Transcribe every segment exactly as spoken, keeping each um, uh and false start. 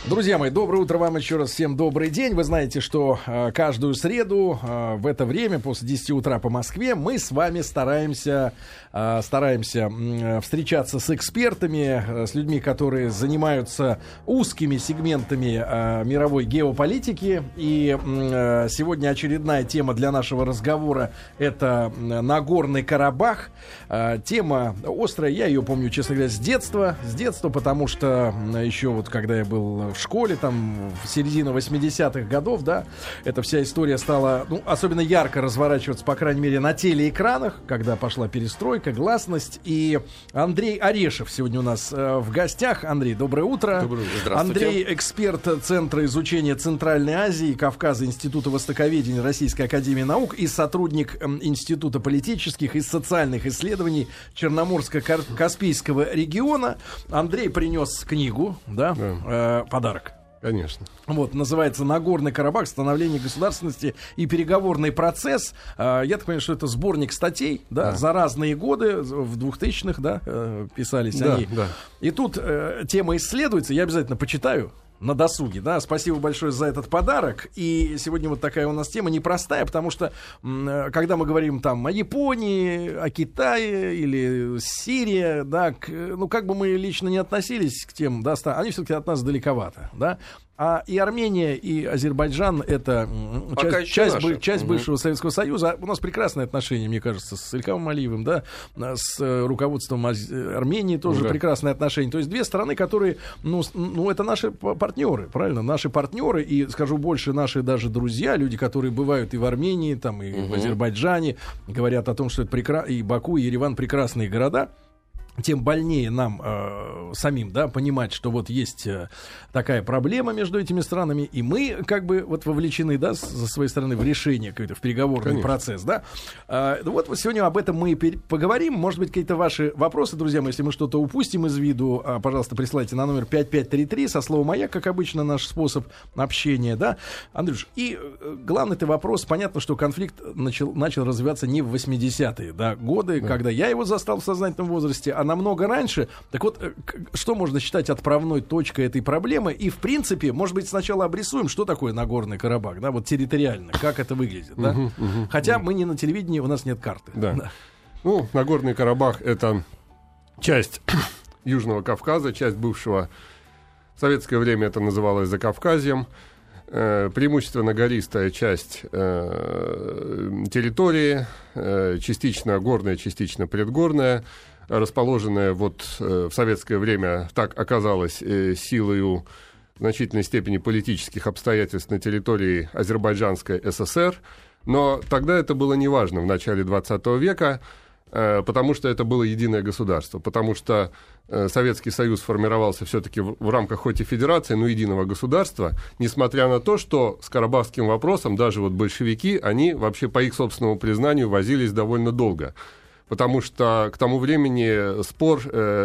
Друзья мои, доброе утро вам еще раз. Всем добрый день. Вы знаете, что э, каждую среду э, в это время, после десяти утра по Москве, мы с вами стараемся, э, стараемся э, встречаться с экспертами, э, с людьми, которые занимаются узкими сегментами э, мировой геополитики. И э, сегодня очередная тема для нашего разговора — это Нагорный Карабах. Э, тема острая, я ее помню, честно говоря, с детства. С детства, потому что еще вот когда я был в школе, там, в середине восьмидесятых годов, да, эта вся история стала, ну, особенно ярко разворачиваться, по крайней мере, на телеэкранах, когда пошла перестройка, гласность. И Андрей Орешев сегодня у нас э, в гостях. Андрей, доброе утро. Доброе утро. Здравствуйте. Андрей — эксперт Центра изучения Центральной Азии и Кавказа Института Востоковедения Российской академии наук и сотрудник э, Института политических и социальных исследований Черноморско-Каспийского региона. Андрей принес книгу, да, Да. э, подарок. Конечно. Вот, называется «Нагорный Карабах. Становление государственности и переговорный процесс». А, я так понимаю, что это сборник статей, да, Да. за разные годы, в двухтысячных, да, э, писались Да, они. да. И тут э, тема исследуется, я обязательно почитаю на досуге, да. Спасибо большое за этот подарок. И сегодня вот такая у нас тема непростая, потому что м, когда мы говорим там о Японии, о Китае или Сирии, да, к, ну как бы мы лично не относились к тем, да, ста- они все-таки от нас далековато, да. А и Армения, и Азербайджан — это м, Пока часть, еще часть, наши. бы- часть Мгм. бывшего Советского Союза. У нас прекрасные отношения, мне кажется, с Ильхамом Алиевым, да, с э, руководством Аз- Армении тоже Да. прекрасные отношения. То есть две страны, которые, ну, с- ну это наши п- партнеры, правильно? Наши партнеры, и, скажу больше, наши даже друзья, люди, которые бывают и в Армении, там, и в Мгм. Азербайджане, говорят о том, что это прекра... и Баку, и Ереван — прекрасные города. Тем больнее нам э, самим, да, понимать, что вот есть э, такая проблема между этими странами, и мы как бы вот вовлечены, да, с- со своей стороны в решение какой-то, в переговорный Конечно. процесс, да. Э, ну вот, вот сегодня об этом мы и пер- поговорим. Может быть, какие-то ваши вопросы, друзья мои, если мы что-то упустим из виду, э, пожалуйста, присылайте на номер пять пять три три со словом «Маяк», как обычно, наш способ общения, да. Андрюш, и э, главный-то вопрос: понятно, что конфликт начал, начал развиваться не в восьмидесятые, да, годы, Да. когда я его застал в сознательном возрасте, а намного раньше. Так вот, э, к- что можно считать отправной точкой этой проблемы? И, в принципе, может быть, сначала обрисуем, что такое Нагорный Карабах, да, вот территориально, как это выглядит, да? Мгм, мгм, Хотя мгм. мы не на телевидении, у нас нет карты. Да. Ну, Нагорный Карабах — это часть Южного Кавказа, часть бывшего... В советское время это называлось Закавказьем. Э, преимущественно гористая часть э, территории, э, частично горная, частично предгорная, расположенная вот э, в советское время, так оказалось, э, силою в значительной степени политических обстоятельств на территории Азербайджанской ССР. Но тогда это было неважно в начале двадцатого века, э, потому что это было единое государство, потому что э, Советский Союз формировался все-таки в, в рамках хоть и федерации, но единого государства, несмотря на то, что с карабахским вопросом даже вот большевики, они вообще по их собственному признанию возились довольно долго. Потому что к тому времени спор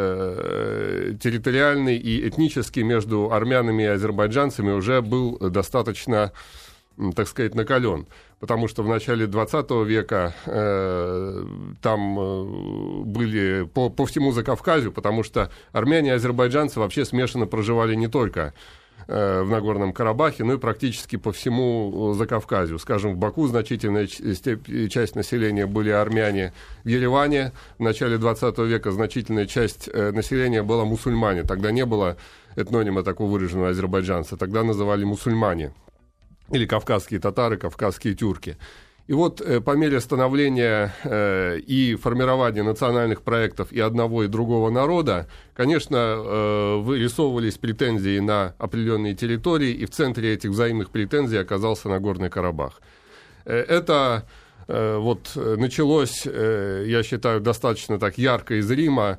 э, территориальный и этнический между армянами и азербайджанцами уже был достаточно, м, так сказать, накален. Потому что в начале двадцатого века э, там э, были по, по всему Закавказью, потому что армяне и азербайджанцы вообще смешанно проживали не только в Нагорном Карабахе, ну и практически по всему Закавказью. Скажем, в Баку значительная степь, часть населения были армяне. В Ереване в начале двадцатого века значительная часть э, населения была мусульмане. Тогда не было этнонима такого выраженного азербайджанца. Тогда называли мусульмане. Или кавказские татары, кавказские тюрки. И вот э, по мере становления э, и формирования национальных проектов и одного, и другого народа, конечно, э, вырисовывались претензии на определенные территории, и в центре этих взаимных претензий оказался Нагорный Карабах. Э, это э, вот началось, э, я считаю, достаточно так ярко и зримо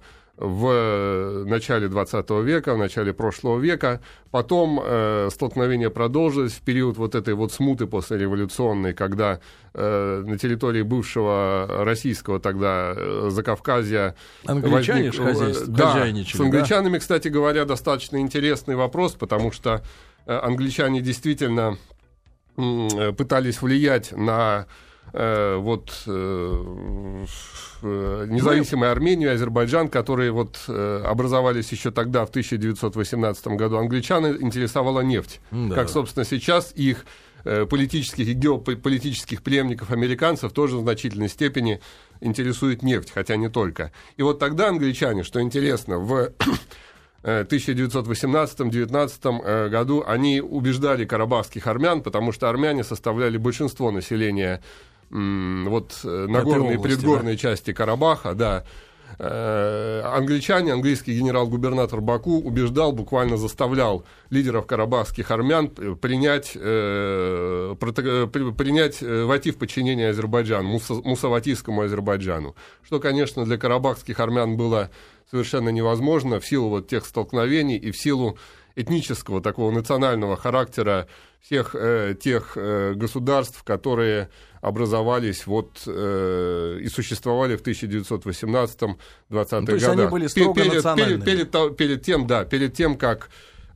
в начале двадцатого века, в начале прошлого века. Потом э, столкновение продолжилось в период вот этой вот смуты послереволюционной, когда э, на территории бывшего российского тогда э, Закавказья... Англичане возник, ж хозяйство, да, хозяйничали, с англичанами, да? Кстати говоря, достаточно интересный вопрос, потому что э, англичане действительно э, пытались влиять на э, вот э, независимую Армению и Азербайджан, которые вот э, образовались еще тогда, в тысяча девятьсот восемнадцатом году, англичан интересовала нефть. Да. Как, собственно, сейчас их э, политических и геополитических преемников американцев тоже в значительной степени интересует нефть, хотя не только. И вот тогда англичане, что интересно, в тысяча девятьсот восемнадцатом — девятнадцатом году они убеждали карабахских армян, потому что армяне составляли большинство населения м, вот, Нагорной и предгорной да? части Карабаха, да. Англичане, английский генерал-губернатор Баку убеждал, буквально заставлял лидеров карабахских армян принять, э, прото, принять войти в подчинение Азербайджану, муса, мусаватийскому Азербайджану, что, конечно, для карабахских армян было совершенно невозможно в силу вот тех столкновений и в силу этнического, такого национального характера всех э, тех э, государств, которые образовались вот, э, и существовали в тысяча девятьсот восемнадцатом — двадцатых годах. То есть они были строго перед, национальными. Перед, перед, перед тем, да, перед тем, как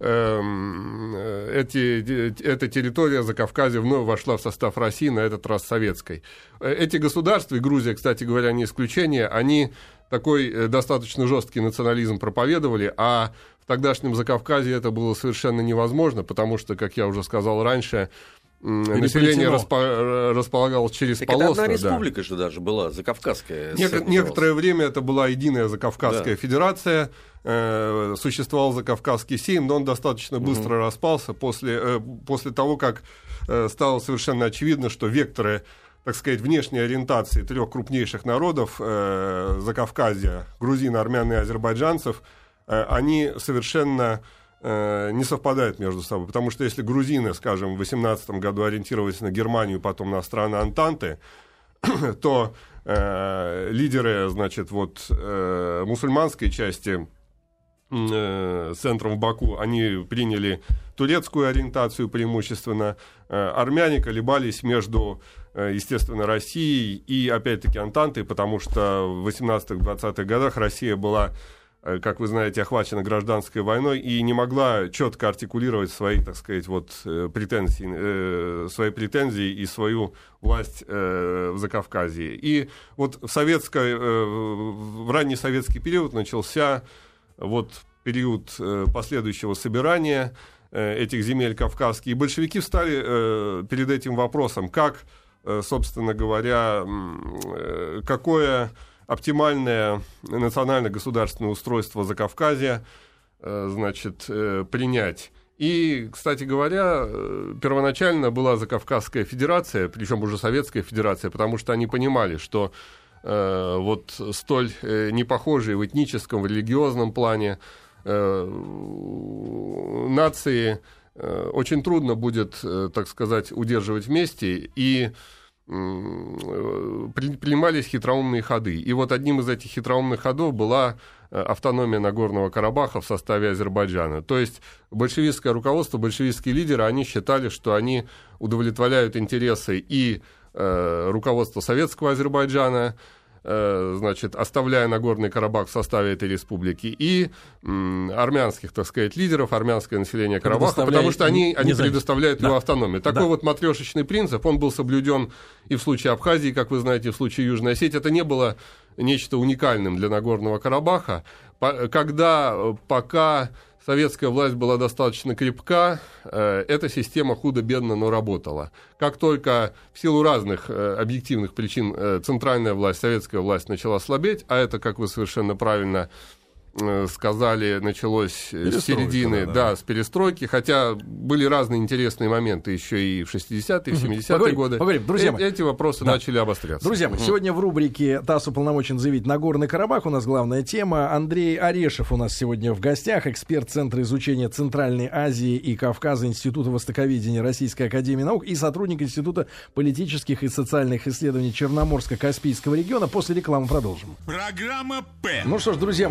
э, эти, эта территория Закавказья вновь вошла в состав России, на этот раз советской. Эти государства, и Грузия, кстати говоря, не исключение, они такой достаточно жесткий национализм проповедовали, а в тогдашнем Закавказье это было совершенно невозможно, потому что, как я уже сказал раньше, население распо- располагалось через так полосы. Это одна республика да. же даже была, Закавказская. Нек- некоторое время это была единая Закавказская да. федерация, э- существовал Закавказский Сейм, но он достаточно быстро угу. распался после, э- после того, как э- стало совершенно очевидно, что векторы, так сказать, внешней ориентации трех крупнейших народов э, Закавказья, грузин, армян и азербайджанцев, э, они совершенно э, не совпадают между собой. Потому что если грузины, скажем, в восемнадцатом году ориентировались на Германию, потом на страны Антанты, то э, лидеры, значит, вот, э, мусульманской части э, центром в Баку, они приняли турецкую ориентацию преимущественно. Э, армяне колебались между, естественно, Россией и, опять-таки, Антантой, потому что в восемнадцатых-двадцатых годах Россия была, как вы знаете, охвачена гражданской войной и не могла четко артикулировать свои, так сказать, вот, претензии, свои претензии и свою власть в Закавказье. И вот в, советской, в ранний советский период начался вот период последующего собирания этих земель кавказских, и большевики встали перед этим вопросом, как, собственно говоря, какое оптимальное национально-государственное устройство Закавказья, значит, принять. И, кстати говоря, первоначально была Закавказская федерация, причем уже Советская федерация, потому что они понимали, что вот столь непохожие в этническом, в религиозном плане нации очень трудно будет, так сказать, удерживать вместе, и принимались хитроумные ходы. И вот одним из этих хитроумных ходов была автономия Нагорного Карабаха в составе Азербайджана. То есть большевистское руководство, большевистские лидеры, они считали, что они удовлетворяют интересы и э, руководства советского Азербайджана, значит, оставляя Нагорный Карабах в составе этой республики, и м, армянских, так сказать, лидеров, армянское население Карабаха, потому что они, они предоставляют да. его автономию. Такой да. вот матрешечный принцип, он был соблюден и в случае Абхазии, как вы знаете, и в случае Южной Осетии. Это не было нечто уникальным для Нагорного Карабаха. Когда пока советская власть была достаточно крепка, э, эта система худо-бедно, но работала. Как только в силу разных э, объективных причин э, центральная власть, советская власть начала слабеть, а это, как вы совершенно правильно э, сказали, началось с середины, да, да. да, с перестройки, хотя были разные интересные моменты еще и в шестидесятые, в семидесятые поговорим, годы. Поговорим. Друзья мои, э- эти вопросы да. начали обостряться. Друзья мои, сегодня в рубрике «ТАСС уполномочен заявить Нагорный Карабах» у нас главная тема. Андрей Орешев у нас сегодня в гостях, эксперт Центра изучения Центральной Азии и Кавказа Института востоковедения Российской академии наук и сотрудник Института политических и социальных исследований Черноморско-Каспийского региона. После рекламы продолжим. Программа П. Ну что ж, друзья мои, у нас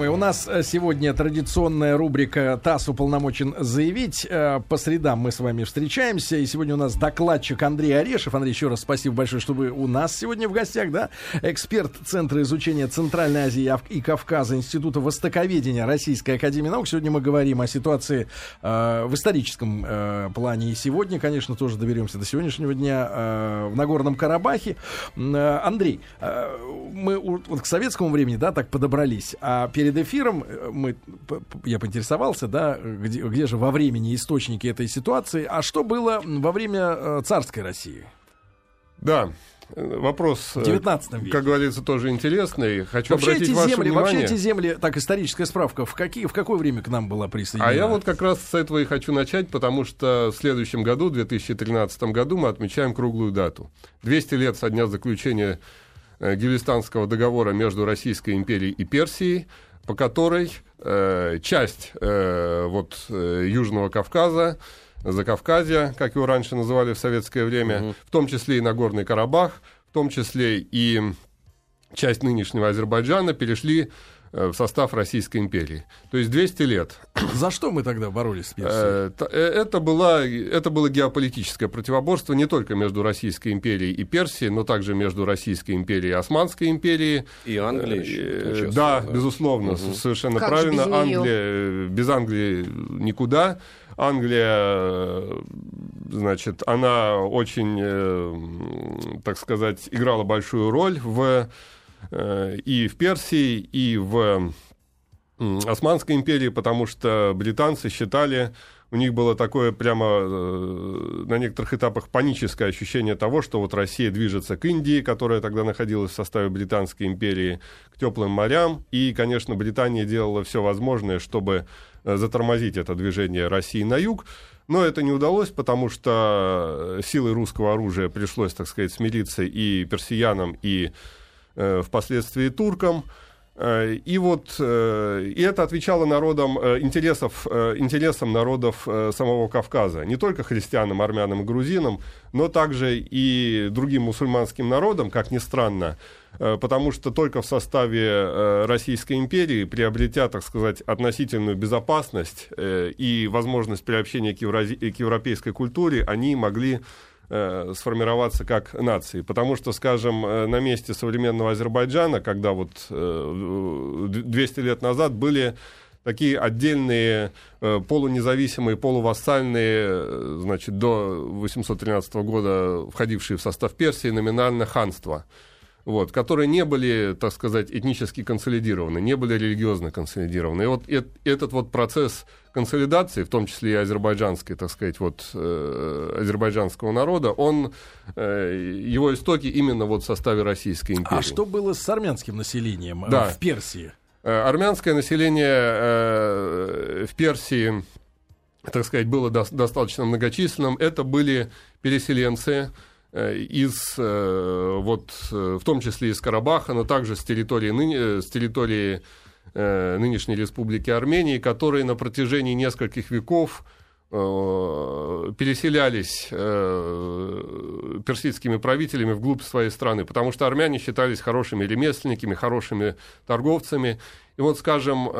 сегодня традиционная рубрика «ТАСС уполномочен заявить». По средам мы с вами встречаемся. И сегодня у нас докладчик Андрей Орешев. Андрей, еще раз спасибо большое, что вы у нас сегодня в гостях. Да? Эксперт Центра изучения Центральной Азии и Кавказа Института востоковедения Российской академии наук. Сегодня мы говорим о ситуации э, в историческом э, плане. И сегодня, конечно, тоже доберемся до сегодняшнего дня э, в Нагорном Карабахе. Э, Андрей, э, мы вот к советскому времени, да, так подобрались. А перед эфиром мы, я поинтересовался, да, где, где же во времени источники этой ситуации, а что было во время царской России? Да, вопрос, в девятнадцатом веке, как говорится, тоже интересный. Хочу вообще обратить эти ваше земли, внимание... Вообще эти земли, так, историческая справка, в, какие, в какое время к нам была присоединена? А я вот как раз с этого и хочу начать, потому что в следующем году, в две тысячи тринадцатом году, мы отмечаем круглую дату. двести лет со дня заключения Гюлистанского договора между Российской империей и Персией, по которой э, часть э, вот, э, Южного Кавказа, Закавказья, как его раньше называли в советское время, угу. в том числе и Нагорный Карабах, в том числе и часть нынешнего Азербайджана перешли в состав Российской империи. То есть двести лет. За что мы тогда боролись с Персией? Это было, это было геополитическое противоборство не только между Российской империей и Персией, но также между Российской империей и Османской империей. И Англией еще. Да, безусловно, угу. совершенно как правильно. без Англия, без Англии никуда. Англия, значит, она очень, так сказать, играла большую роль в и в Персии, и в Османской империи, потому что британцы считали, у них было такое прямо на некоторых этапах паническое ощущение того, что вот Россия движется к Индии, которая тогда находилась в составе Британской империи, к теплым морям, и, конечно, Британия делала все возможное, чтобы затормозить это движение России на юг. Но это не удалось, потому что силой русского оружия пришлось, так сказать, смириться и персиянам, и впоследствии туркам. И вот и это отвечало народам, интересов, интересам народов самого Кавказа. Не только христианам, армянам и грузинам, но также и другим мусульманским народам, как ни странно, потому что только в составе Российской империи, приобретя, так сказать, относительную безопасность и возможность приобщения к европейской культуре, они могли сформироваться как нации. Потому что, скажем, на месте современного Азербайджана, когда вот двести лет назад были такие отдельные полунезависимые, полувассальные, значит, до восемьсот тринадцатого года входившие в состав Персии номинально ханства, вот, которые не были, так сказать, этнически консолидированы, не были религиозно консолидированы. И вот э- этот вот процесс консолидации, в том числе и азербайджанской, так сказать, вот, э- азербайджанского народа, он, э- его истоки именно вот в составе Российской империи. А что было с армянским населением да. в Персии? Э- армянское население э- в Персии, так сказать, было до- достаточно многочисленным. Это были переселенцы из, вот, в том числе из Карабаха, но также с территории, ныне, с территории э, нынешней республики Армении, которые на протяжении нескольких веков э, переселялись э, персидскими правителями вглубь своей страны, потому что армяне считались хорошими ремесленниками, хорошими торговцами. И вот, скажем,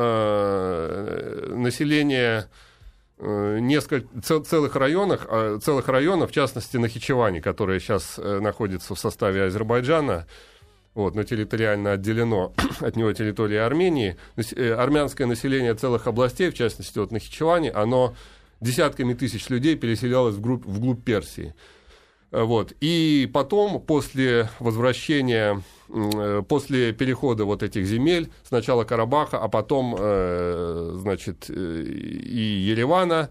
э, население несколько целых районов, целых районов, в частности Нахичевани, которое сейчас находится в составе Азербайджана, вот, но территориально отделено от него территории Армении. Армянское население целых областей, в частности вот Нахичевани, оно десятками тысяч людей переселялось вглубь, вглубь Персии. Вот. И потом, после возвращения, после перехода вот этих земель, сначала Карабаха, а потом, значит, и Еревана,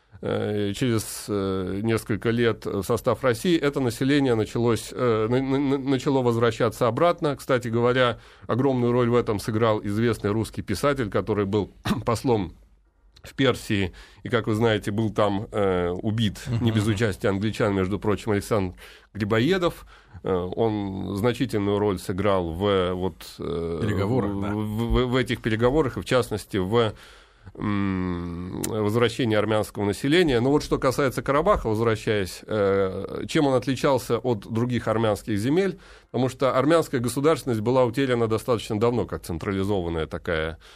через несколько лет в состав России, это население началось, начало возвращаться обратно. Кстати говоря, огромную роль в этом сыграл известный русский писатель, который был послом в Персии, и, как вы знаете, был там э, убит, uh-huh. не без участия англичан, между прочим, Александр Грибоедов. Э, он значительную роль сыграл в, вот, э, переговорах, в, да. в, в, в этих переговорах, и в частности в м, возвращении армянского населения. Но вот что касается Карабаха, возвращаясь, э, чем он отличался от других армянских земель, потому что армянская государственность была утеряна достаточно давно, как централизованная такая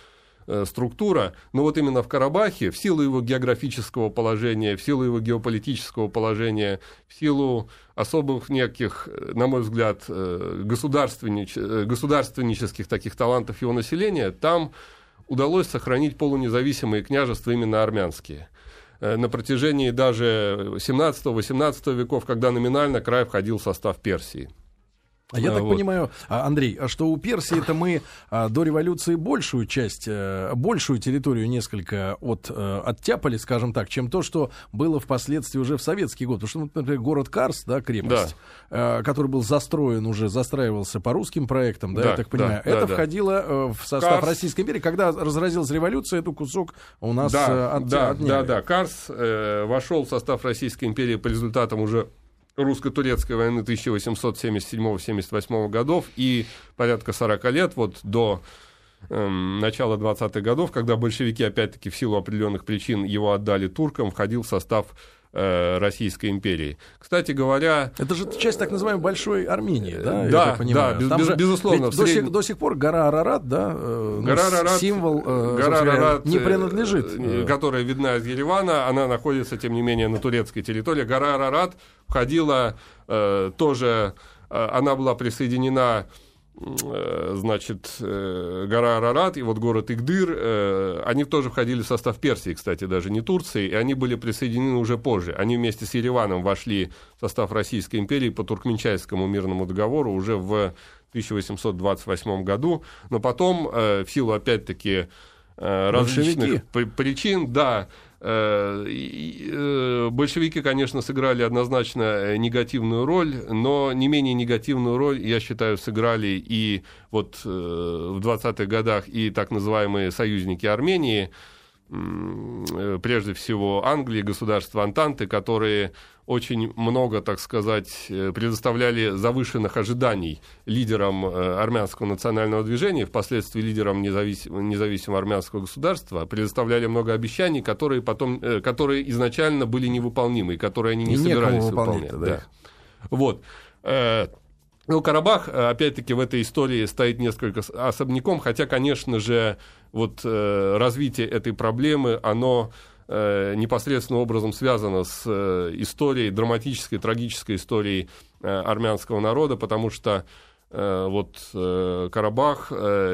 структура, но вот именно в Карабахе, в силу его географического положения, в силу его геополитического положения, в силу особых неких, на мой взгляд, государственнич... государственнических таких талантов его населения, там удалось сохранить полунезависимые княжества именно армянские. На протяжении даже семнадцатого-восемнадцатого веков, когда номинально край входил в состав Персии. А я а, так вот. понимаю, Андрей, что у Персии это мы а, до революции большую часть, а, большую территорию несколько от, а, оттяпали, скажем так, чем то, что было впоследствии уже в советский год. Потому что, например, город Карс, да, крепость, да. А, который был застроен уже, застраивался по русским проектам, да, да я так понимаю, да, это да, входило да. в состав Карс... Российской империи. Когда разразилась революция, этот кусок у нас да, от, да, отняли. Да, да, Карс э, вошел в состав Российской империи по результатам уже русско-турецкой войны тысяча восемьсот семьдесят седьмого — семьдесят восьмого годов и порядка сорок лет, вот до э, начала двадцатых годов, когда большевики, опять-таки, в силу определенных причин его отдали туркам, входил в состав э, Российской империи. Кстати говоря... Это же часть так называемой Большой Армении, да? Да, да, без, без, же, безусловно. До, сих, до сих пор гора Арарат, да, э, гора Арарат, символ, э, гора Арарат, не принадлежит. Э, которая видна из Еревана, она находится, тем не менее, на турецкой территории. Гора Арарат входила э, тоже, э, она была присоединена, э, значит, э, гора Арарат и вот город Игдыр, э, они тоже входили в состав Персии, кстати, даже не Турции, и они были присоединены уже позже. Они вместе с Ереваном вошли в состав Российской империи по Туркменчайскому мирному договору уже в тысяча восемьсот двадцать восьмом году, но потом, э, в силу, опять-таки, э, различных при- причин, да, большевики, конечно, сыграли однозначно негативную роль, но не менее негативную роль, я считаю, сыграли и вот в двадцатых годах и так называемые союзники Армении, прежде всего Англии, государства Антанты, которые очень много, так сказать, предоставляли завышенных ожиданий лидерам армянского национального движения, впоследствии лидерам независим, независимого армянского государства, предоставляли много обещаний, которые потом, которые изначально были невыполнимы, которые они не и собирались выполнять. Да. Да. Вот. Ну, Карабах, опять-таки, в этой истории стоит несколько особняком, хотя, конечно же, вот э, развитие этой проблемы, оно э, непосредственным образом связано с э, историей, драматической, трагической историей э, армянского народа, потому что э, вот э, Карабах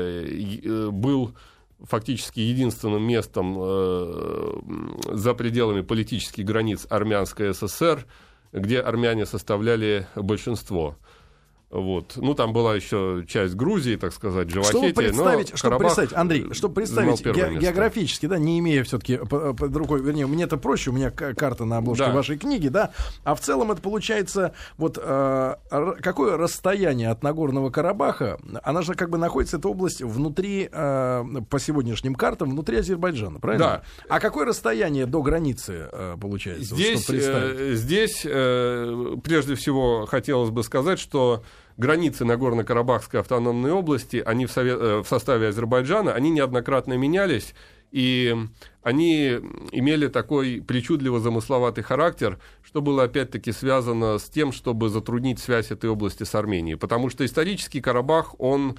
э, был фактически единственным местом э, за пределами политических границ Армянской ССР, где армяне составляли большинство. Вот. Ну, там была еще часть Грузии, так сказать, Джавахетия. Чтобы представить, чтобы представить, Андрей, чтобы представить ге- географически, да, не имея все-таки под, под рукой, вернее, мне это проще, у меня карта на обложке да. вашей книги, да, а в целом это получается, вот э, какое расстояние от Нагорного Карабаха, она же как бы находится, эта область, внутри, э, по сегодняшним картам, внутри Азербайджана, правильно? Да. А какое расстояние до границы э, получается? Здесь, вот, э, здесь э, прежде всего, хотелось бы сказать, что границы Нагорно-Карабахской автономной области, они в, совет, в составе Азербайджана, они неоднократно менялись, и они имели такой причудливо замысловатый характер, что было опять-таки связано с тем, чтобы затруднить связь этой области с Арменией. Потому что исторический Карабах, он,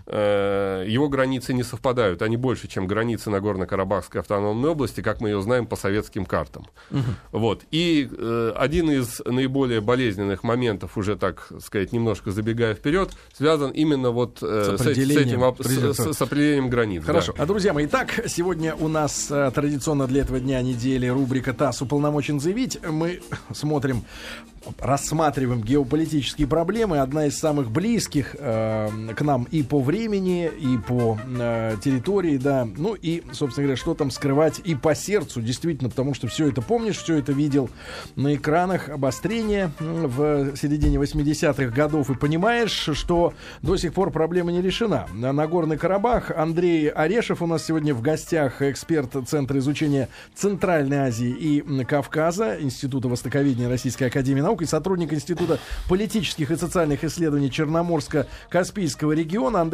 э, его границы не совпадают, они больше, чем границы Нагорно-Карабахской автономной области, как мы ее знаем по советским картам. Угу. Вот. И э, один из наиболее болезненных моментов, уже, так сказать, немножко забегая вперед, связан именно вот э, с, с, этим, с, с определением границ. Хорошо. Да. А, друзья мои, итак, сегодня у нас э, традиционно для этого дня недели рубрика «ТАСС уполномочен заявить». Мы смотрим, рассматриваем геополитические проблемы. Одна из самых близких э, к нам и по времени, и по э, территории, да. Ну и, собственно говоря, что там скрывать и по сердцу, действительно, потому что все это помнишь, все это видел на экранах обострения в середине восьмидесятых годов и понимаешь, что до сих пор проблема не решена. Нагорный Карабах. Андрей Орешев у нас сегодня в гостях, эксперт Центра изучения Центральной Азии и Кавказа, Института Востоковедения Российской Академии Наук и сотрудник Института политических и социальных исследований Черноморско-Каспийского региона. Андрей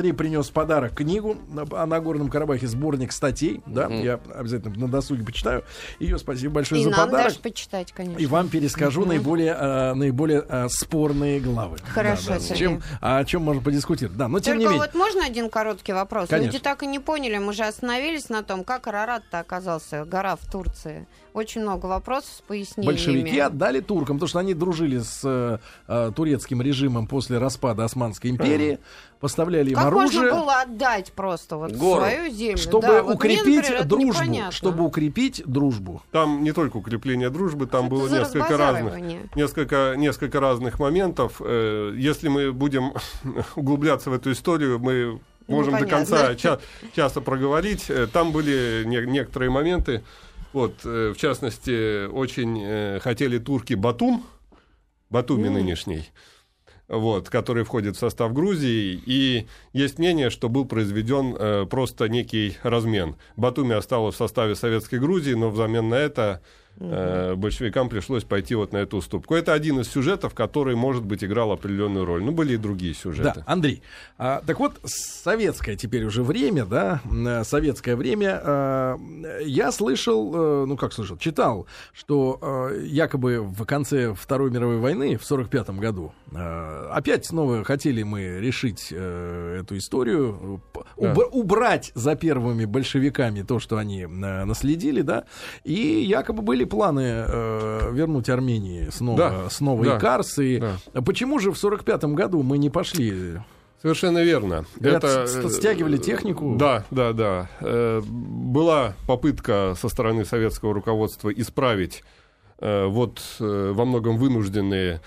Андрей принес подарок книгу о Нагорном Карабахе, сборник статей. Да, mm-hmm. я обязательно на досуге почитаю. Ее спасибо большое и за нам подарок. дашь почитать, конечно. И вам перескажу mm-hmm. наиболее, а, наиболее а, спорные главы. Хорошо, да, да. Чем, а, о чем можно подискутировать. Да, но тем Только не менее. вот можно один короткий вопрос? Конечно. Люди так и не поняли. Мы же остановились на том, как Арарат-то оказался, гора в Турции. Очень много вопросов с пояснениями. Большевики отдали туркам, потому что они дружили с э, турецким режимом после распада Османской империи, mm. поставляли им как оружие. Как можно было отдать просто вот свою землю? Чтобы да, укрепить вот мне, например, дружбу. Чтобы укрепить дружбу. Там не только укрепление дружбы, там это было несколько разных, несколько, несколько разных моментов. Если мы будем углубляться в эту историю, мы можем ну, до конца ча- часа проговорить. Там были не- некоторые моменты. Вот, э, в частности, очень э, хотели турки Батум, Батуми mm. нынешний, вот, который входит в состав Грузии, и есть мнение, что был произведен э, просто некий размен. Батуми осталось в составе Советской Грузии, но взамен на это э, большевикам пришлось пойти вот на эту уступку. Это один из сюжетов, который, может быть, играл определенную роль. Ну, были и другие сюжеты. Да, Андрей, а, так вот, советское теперь уже время, да, советское время, а, я слышал, а, ну, как слышал, читал, что а, якобы в конце Второй мировой войны в сорок пятом году а, опять снова хотели мы решить а, эту историю, да. уб- убрать за первыми большевиками то, что они а, наследили, да, и якобы были планы э, вернуть Армении снова, да, снова да, Икарс. И да. почему же в сорок пятом году мы не пошли? Совершенно верно. Говорят, это стягивали технику. Да, да, да. Э, была попытка со стороны советского руководства исправить э, вот э, во многом вынужденные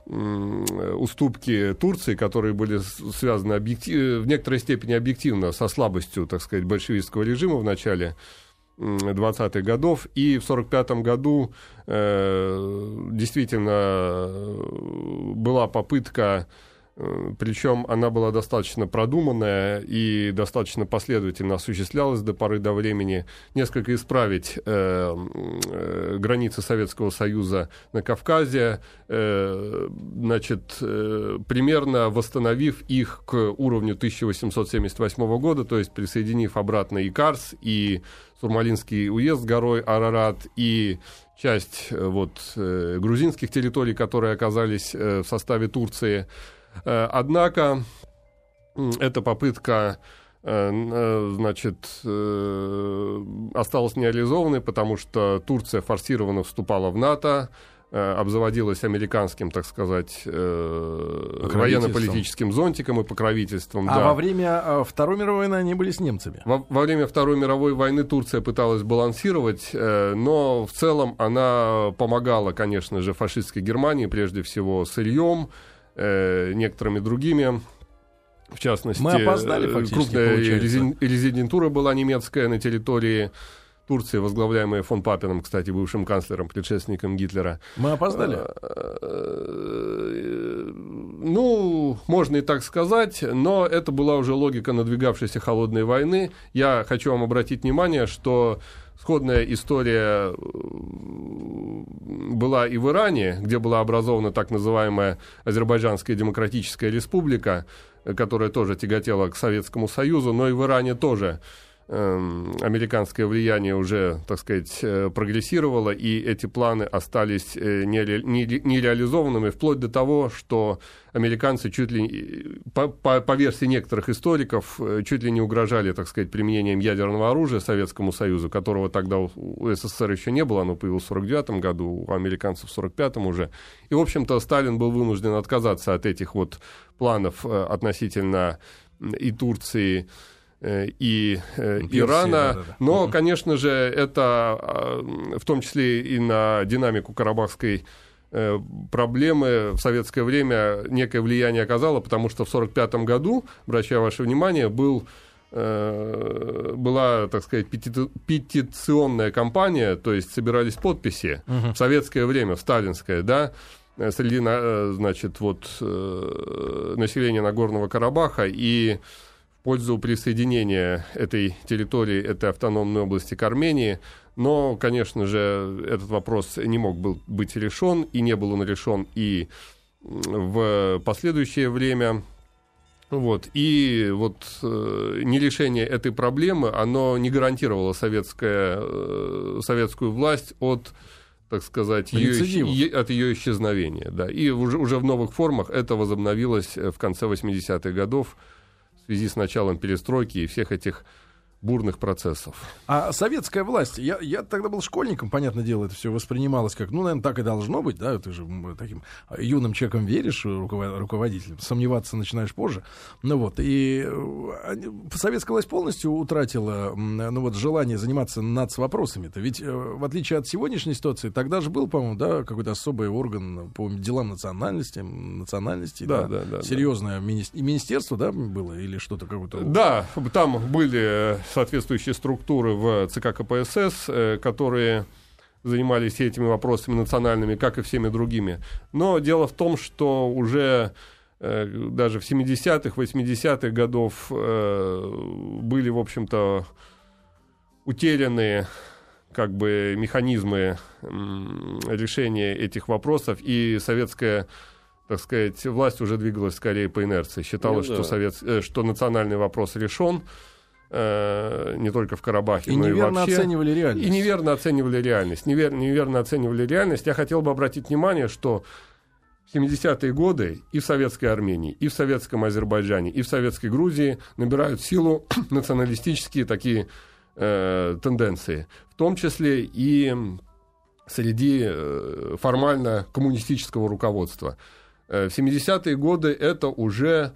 э, уступки Турции, которые были связаны объектив, в некоторой степени объективно со слабостью, так сказать, большевистского режима в начале двадцатых годов, и в сорок пятом году э, действительно была попытка, э, причем она была достаточно продуманная и достаточно последовательно осуществлялась до поры до времени, несколько исправить э, э, границы Советского Союза на Кавказе, э, значит, э, примерно восстановив их к уровню тысяча восемьсот семьдесят восьмого года, то есть присоединив обратно и Карс, и Сурмалинский уезд с горой Арарат, и часть вот, э, грузинских территорий, которые оказались э, в составе Турции. Э, однако э, эта попытка э, э, значит, э, осталась нереализованной, потому что Турция форсированно вступала в НАТО, обзаводилась американским, так сказать, э, военно-политическим зонтиком и покровительством. А да. во время э, Второй мировой войны они были с немцами? Во, во время Второй мировой войны Турция пыталась балансировать, э, но в целом она помогала, конечно же, фашистской Германии, прежде всего сырьем, э, некоторыми другими. В частности, Мы опоздали, фактически, крупная получается. резидентура была немецкая на территории Турции, возглавляемая фон Папеном, кстати, бывшим канцлером, предшественником Гитлера. Мы опоздали? Ну, можно и так сказать, но это была уже логика надвигавшейся холодной войны. Я хочу вам обратить внимание, что сходная история была и в Иране, где была образована так называемая Азербайджанская демократическая республика, которая тоже тяготела к Советскому Союзу, но и в Иране тоже американское влияние уже, так сказать, прогрессировало, и эти планы остались нереализованными, вплоть до того, что американцы чуть ли, по, по, по версии некоторых историков, чуть ли не угрожали, так сказать, применением ядерного оружия Советскому Союзу, которого тогда у СССР еще не было, оно появилось в сорок девятом году, у американцев в сорок пятом уже. И, в общем-то, Сталин был вынужден отказаться от этих вот планов относительно и Турции, и э, Ирана, да, да, да. Но, uh-huh. конечно же, это в том числе и на динамику карабахской э, проблемы в советское время некое влияние оказало, потому что в сорок пятом году, обращаю ваше внимание, был, э, была, так сказать, пети- петиционная кампания, то есть собирались подписи uh-huh. в советское время, в сталинское, да, среди, значит, вот, э, населения Нагорного Карабаха, и в пользу присоединения этой территории, этой автономной области к Армении. Но, конечно же, этот вопрос не мог был быть решен, и не был он решен и в последующее время. Вот. И вот э, нерешение этой проблемы, оно не гарантировало советская, э, советскую власть от, так сказать, ее, е, от ее исчезновения. Да. И уже, уже в новых формах это возобновилось в конце восьмидесятых годов в связи с началом перестройки и всех этих бурных процессов. А советская власть, я, я тогда был школьником, понятное дело, это все воспринималось как, ну, наверное, так и должно быть, да, ты же таким юным человеком веришь, руководителем, сомневаться начинаешь позже. Ну вот, и советская власть полностью утратила, ну вот, желание заниматься нацвопросами-то, ведь в отличие от сегодняшней ситуации, тогда же был, по-моему, да, какой-то особый орган по делам национальности, национальности, да, да, да, серьезное да. Мини- министерство, да, было, или что-то какое-то? Да, там были соответствующие структуры в ЦК КПСС, которые занимались этими вопросами национальными, как и всеми другими. Но дело в том, что уже даже в семидесятых, восьмидесятых годов были, в общем-то, утеряны как бы механизмы решения этих вопросов, и советская, так сказать, власть уже двигалась скорее по инерции. Считалось, ну, да. что, совет... что национальный вопрос решен, не только в Карабахе, и но и вообще. И неверно оценивали реальность. И неверно оценивали реальность. Невер... Неверно оценивали реальность. Я хотел бы обратить внимание, что в семидесятые годы и в советской Армении, и в советском Азербайджане, и в советской Грузии набирают силу националистические такие э, тенденции. В том числе и среди э, формально коммунистического руководства. Э, в семидесятые годы это уже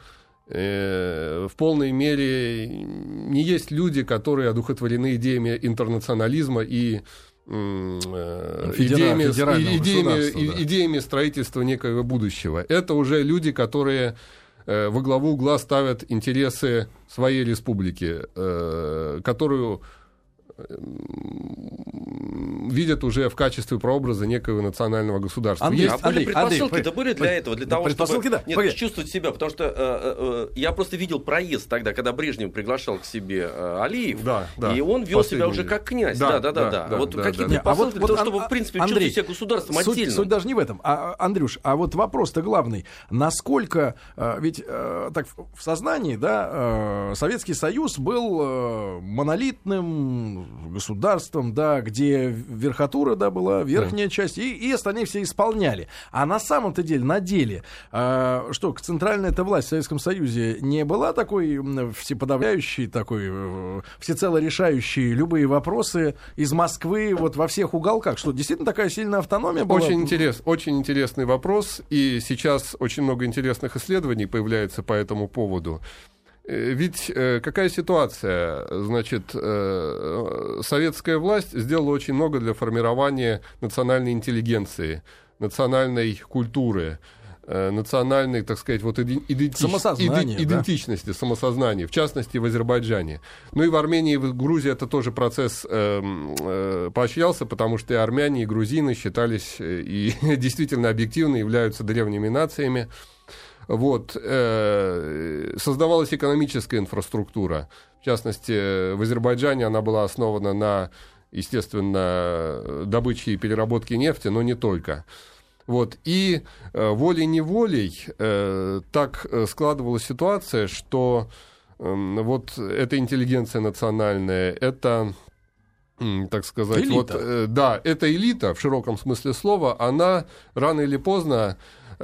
в полной мере не есть люди, которые одухотворены идеями интернационализма и Федера... идеями, идеями, да. идеями строительства некого будущего. Это уже люди, которые во главу угла ставят интересы своей республики, которую видят уже в качестве прообраза некого национального государства. Андрей, Есть... а были предпосылки-то были для этого, для того, чтобы да. Нет, чувствовать себя, потому что э, э, я просто видел проезд тогда, когда Брежнев приглашал к себе э, Алиев, да, да. и он вел Последний. себя уже как князь. Да, да, да, да. да, да. да Вот да, какие да, предпосылки да. для того, а вот, чтобы, вот, в принципе, Андрей, чувствовать себя государством суть, отдельно. Суть даже не в этом. А, Андрюш, а вот вопрос-то главный. Насколько, ведь так в сознании, да, Советский Союз был монолитным государством, да, где верхотура, да, была, верхняя да. часть, и, и остальные все исполняли. А на самом-то деле, на деле, э, что, центральная эта власть в Советском Союзе не была такой всеподавляющей, такой э, всецело решающей любые вопросы из Москвы вот во всех уголках? Что, действительно такая сильная автономия была? Очень, интерес, очень интересный вопрос, и сейчас очень много интересных исследований появляется по этому поводу. Ведь э, какая ситуация? Значит, э, советская власть сделала очень много для формирования национальной интеллигенции, национальной культуры, э, национальной, так сказать, вот иди- идентич- Самосознание, иди- идентичности, да? самосознания, в частности, в Азербайджане. Ну и в Армении и в Грузии это тоже процесс э, э, поощрялся, потому что и армяне, и грузины считались и действительно объективно являются древними нациями. Вот, э, создавалась экономическая инфраструктура. В частности, в Азербайджане она была основана на, естественно, добыче и переработке нефти, но не только. Вот, и э, волей-неволей э, так складывалась ситуация, что э, вот эта интеллигенция национальная, это, э, так сказать, элита. вот, э, да, эта элита в широком смысле слова, она рано или поздно,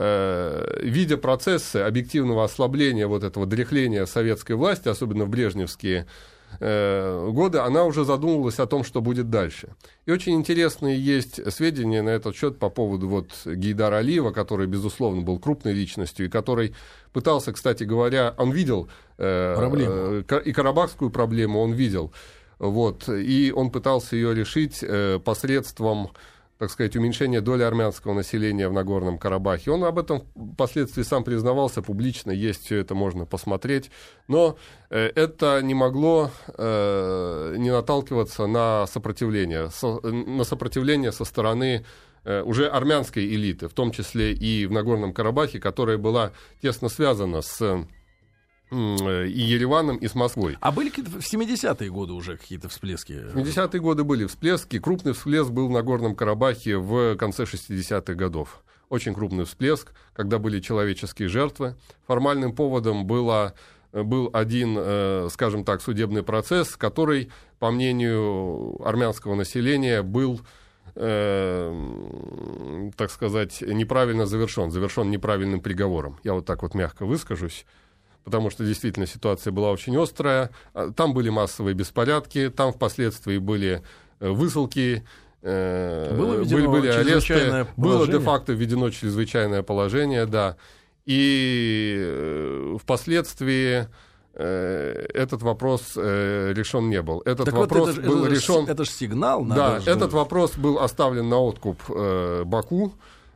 видя процессы объективного ослабления вот этого дряхления советской власти, особенно в брежневские э, годы, она уже задумывалась о том, что будет дальше. И очень интересные есть сведения на этот счет по поводу вот Гейдара Алиева, который, безусловно, был крупной личностью, и который пытался, кстати говоря, он видел э, э, и карабахскую проблему, он видел, вот, и он пытался ее решить э, посредством, так сказать, уменьшение доли армянского населения в Нагорном Карабахе. Он об этом впоследствии сам признавался публично, есть все это, можно посмотреть. Но э, это не могло э, не наталкиваться на сопротивление, со, на сопротивление со стороны э, уже армянской элиты, в том числе и в Нагорном Карабахе, которая была тесно связана с и Ереваном, и с Москвой. А были какие-то в семидесятые годы уже какие-то всплески? В семидесятые годы были всплески. Крупный всплеск был в Нагорном Карабахе в конце шестидесятых годов. Очень крупный всплеск, когда были человеческие жертвы. Формальным поводом было, был один, скажем так, судебный процесс, который, по мнению армянского населения, был, э, так сказать, неправильно завершен, завершен неправильным приговором. Я вот так вот мягко выскажусь, потому что действительно ситуация была очень острая. Там были массовые беспорядки, там впоследствии были высылки, было были, были аресты, было положение. де-факто введено чрезвычайное положение, да. И впоследствии этот вопрос решен не был. Этот так вопрос вот это, был это, решен. Это же сигнал. Да, же... этот вопрос был оставлен на откуп э, Баку,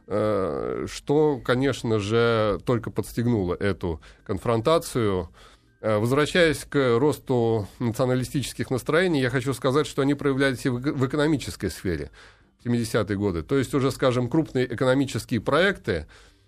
э, что, конечно же, только подстегнуло эту конфронтацию. Возвращаясь к росту националистических настроений, я хочу сказать, что они проявлялись и в, в экономической сфере в семидесятые годы. То есть уже, скажем, крупные экономические проекты,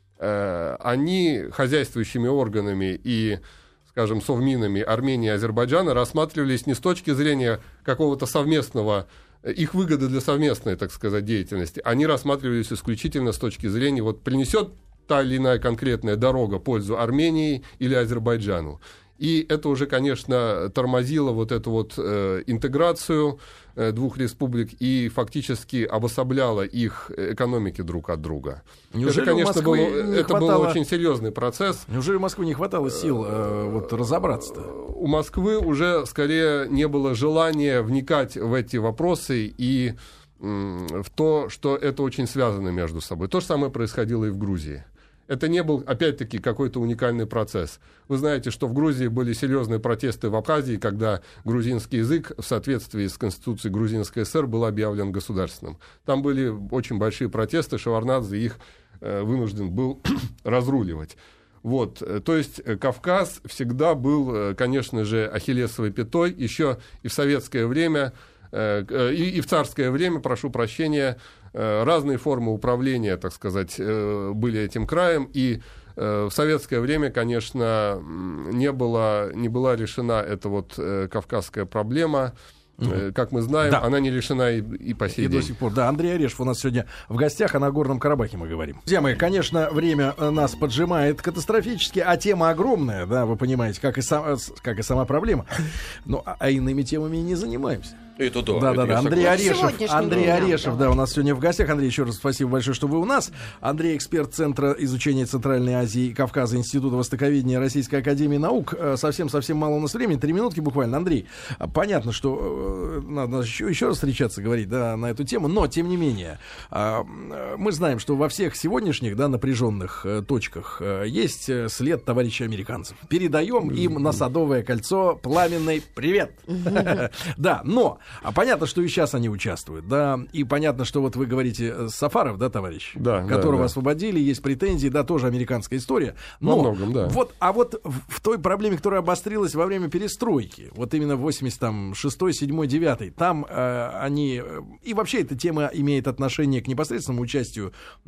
э, они хозяйствующими органами и, скажем, совминами Армении и Азербайджана рассматривались не с точки зрения какого-то совместного, их выгоды для совместной, так сказать, деятельности. Они рассматривались исключительно с точки зрения, вот принесет та или иная конкретная дорога пользу Армении или Азербайджану. И это уже, конечно, тормозило вот эту вот э, интеграцию э, двух республик и фактически обособляло их экономики друг от друга. Неужели это, конечно, был, это хватало... был очень серьезный процесс. Неужели у Москвы не хватало сил э, вот, разобраться-то? У Москвы уже скорее не было желания вникать в эти вопросы и м, в то, что это очень связано между собой. То же самое происходило и в Грузии. Это не был, опять-таки, какой-то уникальный процесс. Вы знаете, что в Грузии были серьезные протесты в Абхазии, когда грузинский язык в соответствии с Конституцией Грузинской ССР был объявлен государственным. Там были очень большие протесты, Шеварднадзе их э, вынужден был разруливать. Вот. То есть Кавказ всегда был, конечно же, ахиллесовой пятой, еще и в советское время, э, и, и в царское время, прошу прощения, разные формы управления, так сказать, были этим краем, и в советское время, конечно, не была, не была решена эта вот кавказская проблема. Mm-hmm. Как мы знаем, да. Она не решена и, и по сей и день. До сих пор. Да, Андрей Орешев у нас сегодня в гостях, о Нагорном Карабахе мы говорим. Друзья мои, конечно, время нас поджимает катастрофически, а тема огромная, да, вы понимаете, как и, сам, как и сама проблема. Но а иными темами не занимаемся. Это да. Да, да, да. Андрей Орешев, Андрей днем, Орешев, да. да, у нас сегодня в гостях. Андрей, еще раз спасибо большое, что вы у нас. Андрей, эксперт Центра изучения Центральной Азии и Кавказа, Института Востоковедения Российской Академии Наук. Совсем-совсем мало у нас времени, три минутки буквально. Андрей, понятно, что надо еще, еще раз встречаться, говорить, да, на эту тему, но, тем не менее, мы знаем, что во всех сегодняшних, да, напряженных точках есть след товарищей американцев. Передаем им на Садовое кольцо пламенный привет. Да, но А понятно, что и сейчас они участвуют, да, и понятно, что вот вы говорите Сафаров, да, товарищ, да, которого да, да. освободили, есть претензии, да, тоже американская история. Но во многом, да. Вот, а вот в, в той проблеме, которая обострилась во время перестройки, вот именно в восемьдесят шестой, седьмой, девятый, там э, они, и вообще эта тема имеет отношение к непосредственному участию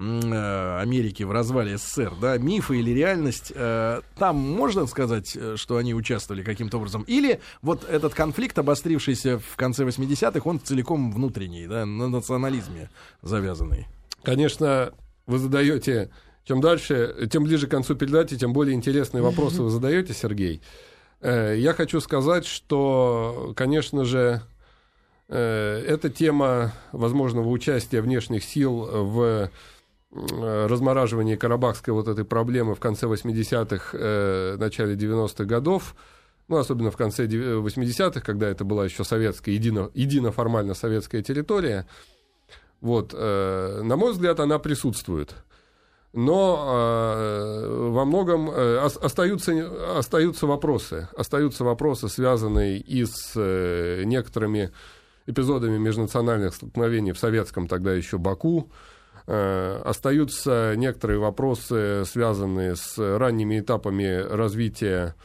э, Америки в развале СССР, да, мифы или реальность, э, там можно сказать, что они участвовали каким-то образом, или вот этот конфликт, обострившийся в конце восьмидесятых, он целиком внутренний, да, на национализме завязанный. Конечно, вы задаете, чем дальше, тем ближе к концу передачи, тем более интересные вопросы вы задаете, Сергей. Я хочу сказать, что, конечно же, эта тема возможного участия внешних сил в размораживании карабахской вот этой проблемы в конце восьмидесятых, начале девяностых годов, ну, особенно в конце восьмидесятых, когда это была еще советская, едино, едино формально советская территория, вот, э, на мой взгляд, она присутствует. Но э, во многом э, остаются, остаются вопросы. Остаются вопросы, связанные и с э, некоторыми эпизодами межнациональных столкновений в советском тогда еще Баку. Э, остаются некоторые вопросы, связанные с ранними этапами развития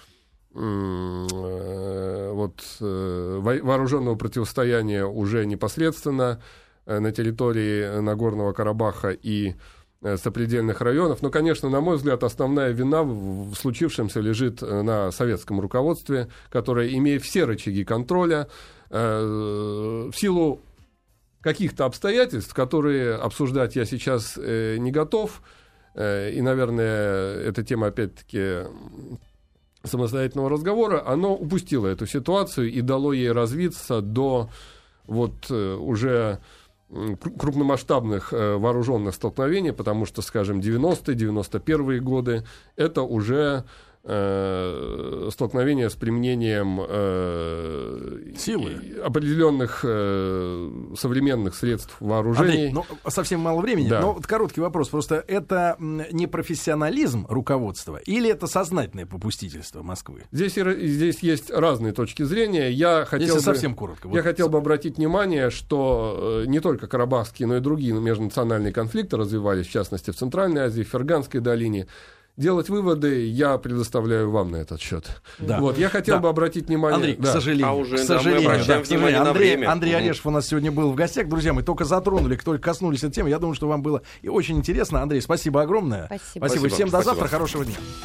вот, вооруженного противостояния уже непосредственно на территории Нагорного Карабаха и э, сопредельных районов. Но, конечно, на мой взгляд, основная вина в, в случившемся лежит на советском руководстве, которое, имея все рычаги контроля, э, в силу каких-то обстоятельств, которые обсуждать я сейчас э, не готов, э, и, наверное, эта тема, опять-таки, самостоятельного разговора, оно упустило эту ситуацию и дало ей развиться до вот э, уже крупномасштабных э, вооруженных столкновений, потому что, скажем, девяностые, девяносто первые годы это уже э, столкновение с применением э, силы, определенных э, современных средств вооружений. Андрей, ну, совсем мало времени, да. но вот короткий вопрос. Просто это не профессионализм руководства или это сознательное попустительство Москвы? Здесь, здесь есть разные точки зрения. Я хотел Если бы, совсем коротко. Я вот. хотел бы обратить внимание, что не только карабахские, но и другие межнациональные конфликты развивались, в частности, в Центральной Азии, в Ферганской долине. Делать выводы я предоставляю вам на этот счет. Да. Вот, я хотел да. бы обратить внимание... Андрей, да. к сожалению, а уже, к сожалению, да, мы обращаем да, внимание Андрей, на время. Андрей Орешев у нас сегодня был в гостях. Друзья, мы только затронули, только коснулись этой темы. Я думаю, что вам было и очень интересно. Андрей, спасибо огромное. Спасибо. Спасибо. Спасибо. Всем до Спасибо. завтра. Хорошего дня.